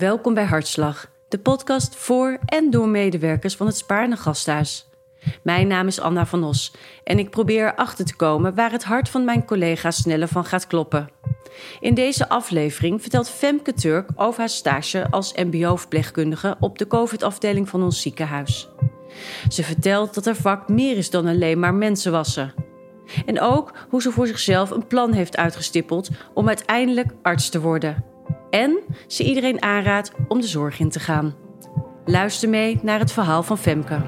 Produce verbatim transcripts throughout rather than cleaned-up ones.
Welkom bij Hartslag, de podcast voor en door medewerkers van het Spaarne Gasthuis. Mijn naam is Anna van Os en ik probeer erachter te komen waar het hart van mijn collega sneller van gaat kloppen. In deze aflevering vertelt Femke Turk over haar stage als mbo-verpleegkundige op de COVID-afdeling van ons ziekenhuis. Ze vertelt dat haar vak meer is dan alleen maar mensen wassen. En ook hoe ze voor zichzelf een plan heeft uitgestippeld om uiteindelijk arts te worden. En ze iedereen aanraadt om de zorg in te gaan. Luister mee naar het verhaal van Femke.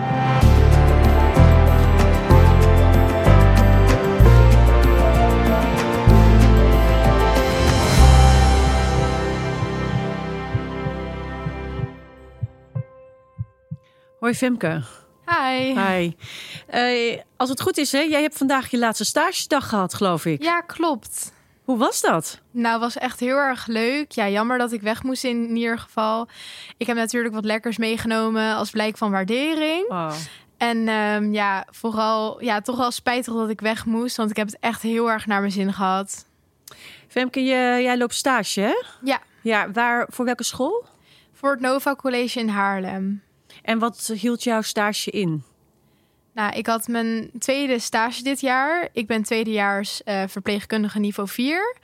Hoi Femke. Hi. Hi. Uh, als het goed is, hè, jij hebt vandaag je laatste stagedag gehad, geloof ik. Ja, klopt. Hoe was dat? Nou, was echt heel erg leuk. Ja, jammer dat ik weg moest in ieder geval. Ik heb natuurlijk wat lekkers meegenomen als blijk van waardering. Oh. En um, ja, vooral ja, toch wel spijtig dat ik weg moest, want ik heb het echt heel erg naar mijn zin gehad. Femke, je, jij loopt stage, hè? Ja. Ja, waar, voor welke school? Voor het Nova College in Haarlem. En wat hield jouw stage in? Nou, ik had mijn tweede stage dit jaar. Ik ben tweedejaars uh, verpleegkundige niveau vier.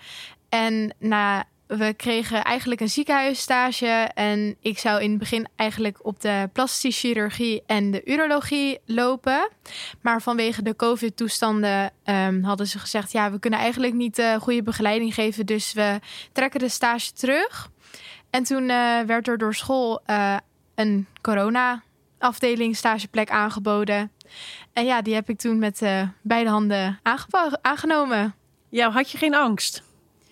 En nou, we kregen eigenlijk een ziekenhuisstage. En ik zou in het begin eigenlijk op de plastische chirurgie en de urologie lopen. Maar vanwege de COVID-toestanden um, hadden ze gezegd, ja, we kunnen eigenlijk niet uh, goede begeleiding geven. Dus we trekken de stage terug. En toen uh, werd er door school uh, een corona-afdeling stageplek aangeboden. En ja, die heb ik toen met uh, beide handen aangepa- aangenomen. Ja, had je geen angst?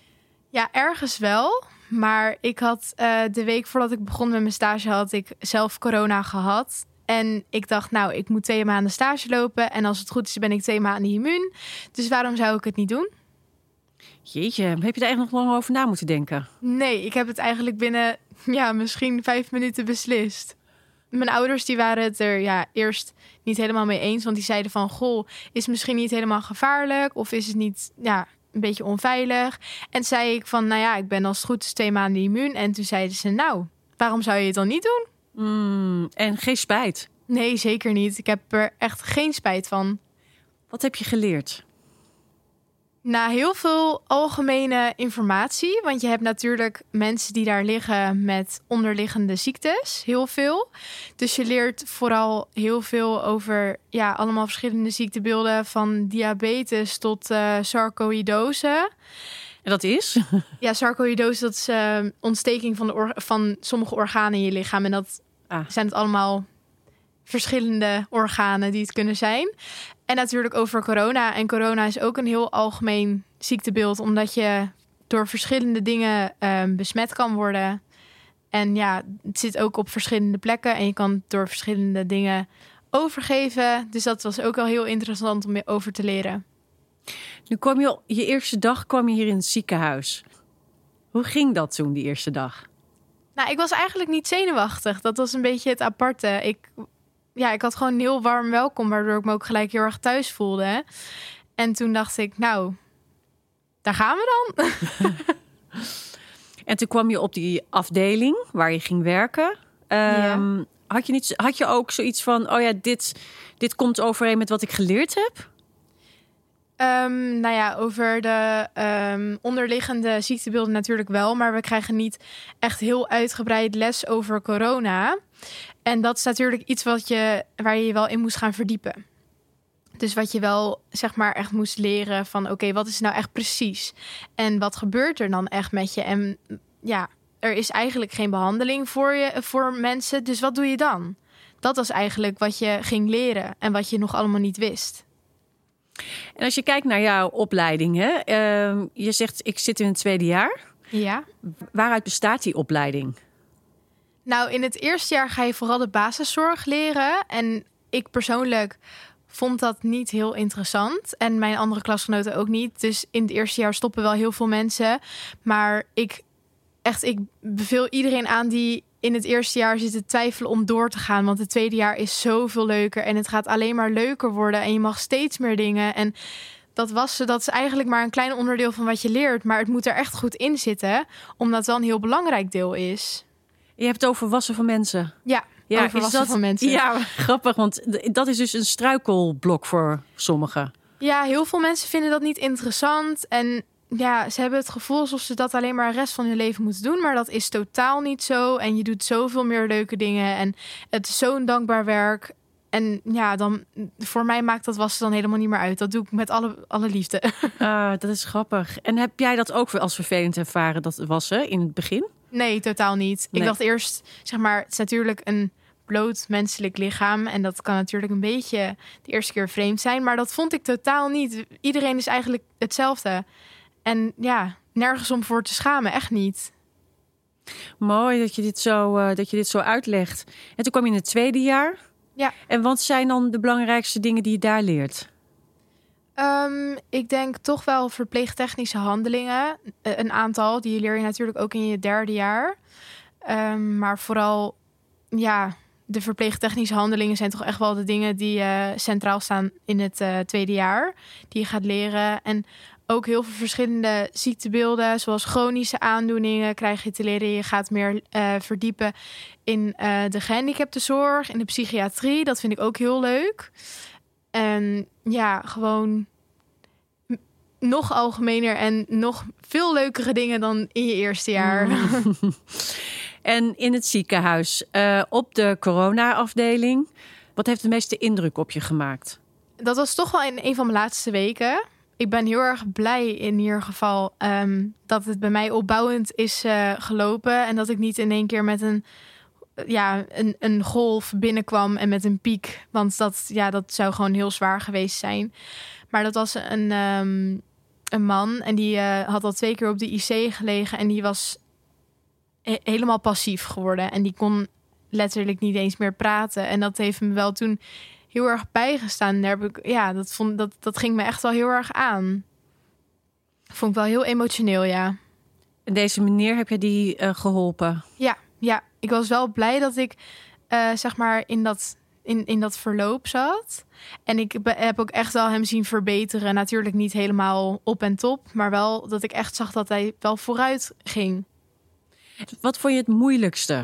Ja, ergens wel. Maar ik had uh, de week voordat ik begon met mijn stage had ik zelf corona gehad. En ik dacht, nou, ik moet twee maanden stage lopen. En als het goed is, ben ik twee maanden immuun. Dus waarom zou ik het niet doen? Jeetje, heb je daar echt nog lang over na moeten denken? Nee, ik heb het eigenlijk binnen, ja, misschien vijf minuten beslist. Mijn ouders die waren het er ja, eerst niet helemaal mee eens. Want die zeiden van, goh, is het misschien niet helemaal gevaarlijk? Of is het niet ja, een beetje onveilig? En zei ik van, nou ja, ik ben als het goed is twee maanden immuun. En toen zeiden ze, nou, waarom zou je het dan niet doen? Mm, en geen spijt? Nee, zeker niet. Ik heb er echt geen spijt van. Wat heb je geleerd? Na heel veel algemene informatie. Want je hebt natuurlijk mensen die daar liggen met onderliggende ziektes. Heel veel. Dus je leert vooral heel veel over ja, allemaal verschillende ziektebeelden. Van diabetes tot uh, sarcoïdose. En dat is? Ja, sarcoïdose, dat is uh, ontsteking van, de or- van sommige organen in je lichaam. En dat ah. zijn het allemaal verschillende organen die het kunnen zijn. En natuurlijk over corona. En corona is ook een heel algemeen ziektebeeld, omdat je door verschillende dingen um, besmet kan worden. En ja, het zit ook op verschillende plekken en je kan het door verschillende dingen overgeven. Dus dat was ook wel heel interessant om over te leren. Nu kwam je, je eerste dag kwam je hier in het ziekenhuis. Hoe ging dat toen, die eerste dag? Nou, ik was eigenlijk niet zenuwachtig. Dat was een beetje het aparte. Ik... Ja, ik had gewoon een heel warm welkom, waardoor ik me ook gelijk heel erg thuis voelde. Hè? En toen dacht ik, nou, daar gaan we dan. En toen kwam je op die afdeling waar je ging werken. Um, ja. had, je niet, had je ook zoiets van, oh ja, dit, dit komt overeen met wat ik geleerd heb? Um, nou ja, over de um, onderliggende ziektebeelden natuurlijk wel. Maar we krijgen niet echt heel uitgebreid les over corona. En dat is natuurlijk iets wat je, waar je je wel in moest gaan verdiepen. Dus wat je wel zeg maar echt moest leren van oké, okay, wat is nou echt precies? En wat gebeurt er dan echt met je? En ja, er is eigenlijk geen behandeling voor je, voor mensen. Dus wat doe je dan? Dat was eigenlijk wat je ging leren en wat je nog allemaal niet wist. En als je kijkt naar jouw opleiding, hè, uh, je zegt ik zit in het tweede jaar. Ja. Waaruit bestaat die opleiding? Nou, in het eerste jaar ga je vooral de basiszorg leren. En ik persoonlijk vond dat niet heel interessant. En mijn andere klasgenoten ook niet. Dus in het eerste jaar stoppen wel heel veel mensen. Maar ik, echt, ik beveel iedereen aan die in het eerste jaar zit te twijfelen om door te gaan. Want het tweede jaar is zoveel leuker. En het gaat alleen maar leuker worden. En je mag steeds meer dingen. En dat wassen, dat is eigenlijk maar een klein onderdeel van wat je leert. Maar het moet er echt goed in zitten. Omdat het wel een heel belangrijk deel is. Je hebt het over wassen van mensen. Ja, Ja, over is wassen dat, van mensen. Ja, grappig, want dat is dus een struikelblok voor sommigen. Ja, heel veel mensen vinden dat niet interessant. En ja, ze hebben het gevoel alsof ze dat alleen maar de rest van hun leven moeten doen. Maar dat is totaal niet zo. En je doet zoveel meer leuke dingen. En het is zo'n dankbaar werk. En ja, dan voor mij maakt dat wassen dan helemaal niet meer uit. Dat doe ik met alle, alle liefde. Uh, dat is grappig. En heb jij dat ook als vervelend ervaren, dat wassen in het begin? Nee, totaal niet. Nee. Ik dacht eerst, zeg maar, het is natuurlijk een bloot menselijk lichaam. En dat kan natuurlijk een beetje de eerste keer vreemd zijn. Maar dat vond ik totaal niet. Iedereen is eigenlijk hetzelfde. En ja, nergens om voor te schamen. Echt niet. Mooi dat je dit zo, uh, dat je dit zo uitlegt. En toen kwam je in het tweede jaar. Ja. En wat zijn dan de belangrijkste dingen die je daar leert? Um, ik denk toch wel verpleegtechnische handelingen. Uh, een aantal, die leer je natuurlijk ook in je derde jaar. Um, maar vooral, ja, de verpleegtechnische handelingen zijn toch echt wel de dingen die uh, centraal staan in het uh, tweede jaar. Die je gaat leren. En ook heel veel verschillende ziektebeelden, zoals chronische aandoeningen, krijg je te leren. Je gaat meer uh, verdiepen in uh, de gehandicaptenzorg, in de psychiatrie. Dat vind ik ook heel leuk. En ja, gewoon m- nog algemener en nog veel leukere dingen dan in je eerste jaar. Mm. En in het ziekenhuis, uh, op de corona-afdeling, wat heeft de meeste indruk op je gemaakt? Dat was toch wel in een van mijn laatste weken. Ik ben heel erg blij in ieder geval um, dat het bij mij opbouwend is uh, gelopen. En dat ik niet in één keer met een, ja, een, een golf binnenkwam en met een piek. Want dat, ja, dat zou gewoon heel zwaar geweest zijn. Maar dat was een, um, een man en die uh, had al twee keer op de I C gelegen. En die was he- helemaal passief geworden. En die kon letterlijk niet eens meer praten. En dat heeft me wel toen heel erg bijgestaan. Daar heb ik, ja, dat, vond, dat, dat ging me echt wel heel erg aan. Vond ik wel heel emotioneel, ja. En deze meneer, heb je die uh, geholpen? Ja, ja, ik was wel blij dat ik uh, zeg maar in dat, in, in dat verloop zat. En ik be- heb ook echt wel hem zien verbeteren. Natuurlijk niet helemaal op en top, maar wel dat ik echt zag dat hij wel vooruit ging. Wat vond je het moeilijkste?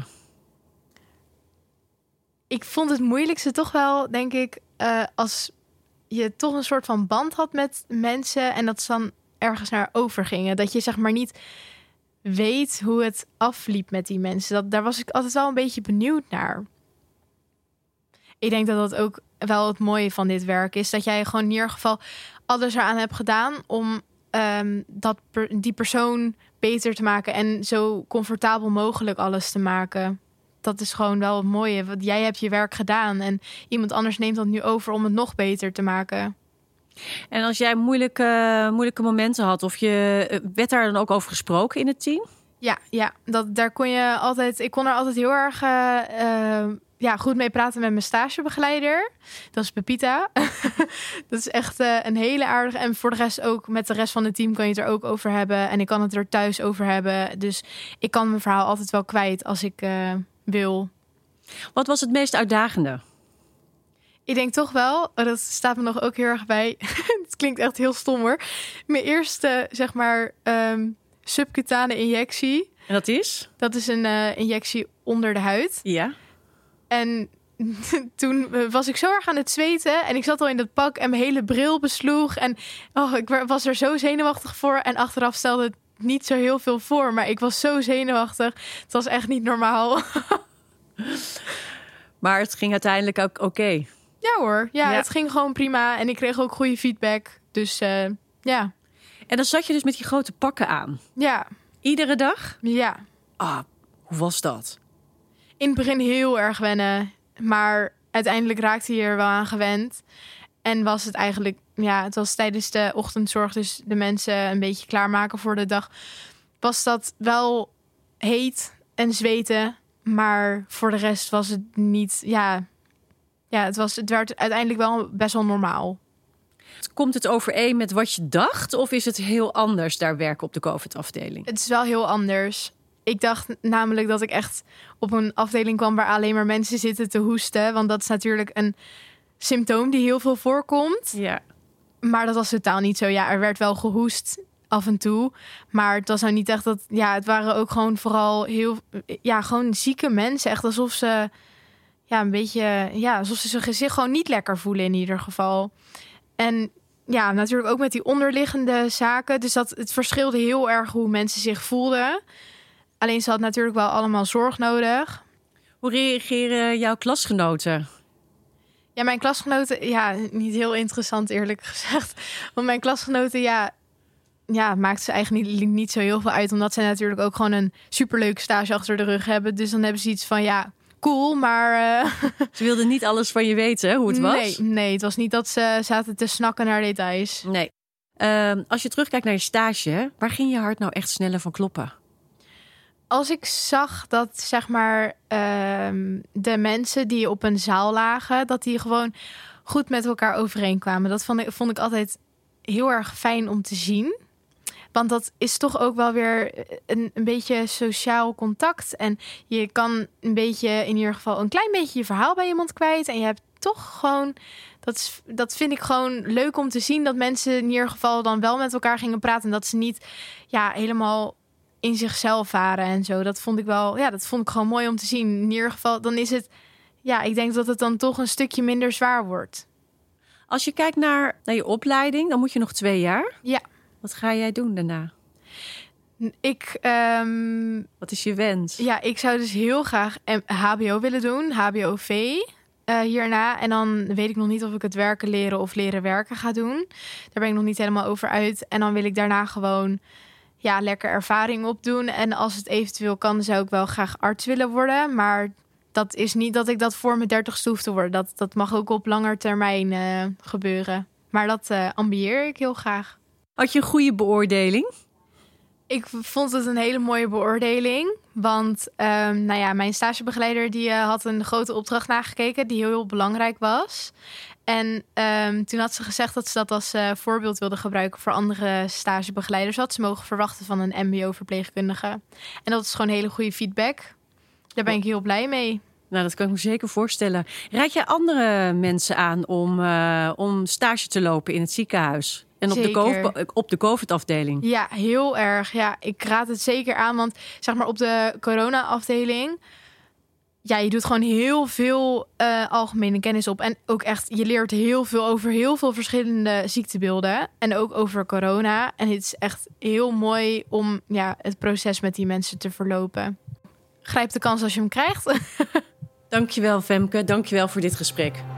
Ik vond het moeilijkste toch wel, denk ik, uh, als je toch een soort van band had met mensen en dat ze dan ergens naar overgingen. Dat je zeg maar niet weet hoe het afliep met die mensen. Dat, daar was ik altijd wel een beetje benieuwd naar. Ik denk dat dat ook wel het mooie van dit werk is. Dat jij gewoon in ieder geval alles eraan hebt gedaan om um, dat per, die persoon beter te maken en zo comfortabel mogelijk alles te maken. Dat is gewoon wel het mooie. Want jij hebt je werk gedaan en iemand anders neemt dat nu over om het nog beter te maken. En als jij moeilijke, moeilijke momenten had, of je werd daar dan ook over gesproken in het team? Ja, ja, dat daar kon je altijd. Ik kon er altijd heel erg uh, uh, ja, goed mee praten met mijn stagebegeleider. Dat is Pepita. Dat is echt uh, een hele aardige. En voor de rest ook met de rest van het team kan je het er ook over hebben. En ik kan het er thuis over hebben. Dus ik kan mijn verhaal altijd wel kwijt als ik uh, wil. Wat was het meest uitdagende? Ik denk toch wel, dat staat me nog ook heel erg bij. Het klinkt echt heel stom hoor. Mijn eerste, zeg maar, um, subcutane injectie. En dat is? Dat is een uh, injectie onder de huid. Ja. En toen was ik zo erg aan het zweten. En ik zat al in dat pak en mijn hele bril besloeg. En oh, ik was er zo zenuwachtig voor. En achteraf stelde het niet zo heel veel voor. Maar ik was zo zenuwachtig. Het was echt niet normaal. Maar het ging uiteindelijk ook oké. Okay. Ja hoor, ja, ja, het ging gewoon prima. En ik kreeg ook goede feedback. Dus uh, ja. En dan zat je dus met die grote pakken aan. Ja. Iedere dag? Ja. Ah, hoe was dat? In het begin heel erg wennen. Maar uiteindelijk raakte je er wel aan gewend. En was het eigenlijk, ja, het was tijdens de ochtendzorg, dus de mensen een beetje klaarmaken voor de dag. Was dat wel heet en zweten. Maar voor de rest was het niet, ja... Ja, het, was, het werd uiteindelijk wel best wel normaal. Komt het overeen met wat je dacht? Of is het heel anders daar werken op de COVID-afdeling? Het is wel heel anders. Ik dacht namelijk dat ik echt op een afdeling kwam waar alleen maar mensen zitten te hoesten. Want dat is natuurlijk een symptoom die heel veel voorkomt. Ja. Maar dat was totaal niet zo. Ja, er werd wel gehoest af en toe. Maar het was nou niet echt dat... Ja, het waren ook gewoon vooral heel... Ja, gewoon zieke mensen. Echt alsof ze... Ja, een beetje... Ja, alsof ze zich zich gewoon niet lekker voelen in ieder geval. En ja, natuurlijk ook met die onderliggende zaken. Dus dat het verschilde heel erg hoe mensen zich voelden. Alleen ze had natuurlijk wel allemaal zorg nodig. Hoe reageren jouw klasgenoten? Ja, mijn klasgenoten... Ja, niet heel interessant eerlijk gezegd. Want mijn klasgenoten, ja... Ja, maakt ze eigenlijk niet, niet zo heel veel uit. Omdat ze natuurlijk ook gewoon een superleuke stage achter de rug hebben. Dus dan hebben ze iets van, ja, cool, maar... Uh... Ze wilden niet alles van je weten, hoe het was? Nee, nee, het was niet dat ze zaten te snakken naar details. Nee. Uh, als je terugkijkt naar je stage, waar ging je hart nou echt sneller van kloppen? Als ik zag dat, zeg maar, uh, de mensen die op een zaal lagen... dat die gewoon goed met elkaar overeenkwamen. Dat vond ik, vond ik altijd heel erg fijn om te zien. Want dat is toch ook wel weer een, een beetje sociaal contact. En je kan een beetje, in ieder geval een klein beetje je verhaal bij iemand kwijt. En je hebt toch gewoon... Dat, is, dat vind ik gewoon leuk om te zien. Dat mensen in ieder geval dan wel met elkaar gingen praten. En dat ze niet ja, helemaal in zichzelf waren en zo. Dat vond ik wel... Ja, dat vond ik gewoon mooi om te zien. In ieder geval, dan is het... Ja, ik denk dat het dan toch een stukje minder zwaar wordt. Als je kijkt naar, naar je opleiding, dan moet je nog twee jaar. Ja. Wat ga jij doen daarna? Ik... Um, Wat is je wens? Ja, ik zou dus heel graag H B O willen doen. H B O V uh, hierna. En dan weet ik nog niet of ik het werken leren of leren werken ga doen. Daar ben ik nog niet helemaal over uit. En dan wil ik daarna gewoon ja, lekker ervaring opdoen. En als het eventueel kan, zou ik wel graag arts willen worden. Maar dat is niet dat ik dat voor mijn dertigste hoef te worden. Dat, dat mag ook op langer termijn uh, gebeuren. Maar dat uh, ambieer ik heel graag. Had je een goede beoordeling? Ik vond het een hele mooie beoordeling. Want um, nou ja, mijn stagebegeleider die, uh, had een grote opdracht nagekeken... die heel, heel belangrijk was. En um, toen had ze gezegd dat ze dat als uh, voorbeeld wilde gebruiken... voor andere stagebegeleiders. Wat ze mogen verwachten van een mbo-verpleegkundige. En dat is gewoon hele goede feedback. Daar ben ik heel blij mee. Nou, dat kan ik me zeker voorstellen. Raad jij andere mensen aan om, uh, om stage te lopen in het ziekenhuis? En op zeker. de, COVID, op de COVID-afdeling? Ja, heel erg. Ja, ik raad het zeker aan. Want zeg maar op de corona-afdeling... Ja, je doet gewoon heel veel uh, algemene kennis op. En ook echt, je leert heel veel over heel veel verschillende ziektebeelden. En ook over corona. En het is echt heel mooi om ja, het proces met die mensen te verlopen. Grijp de kans als je hem krijgt. Dankjewel, Femke. Dankjewel voor dit gesprek.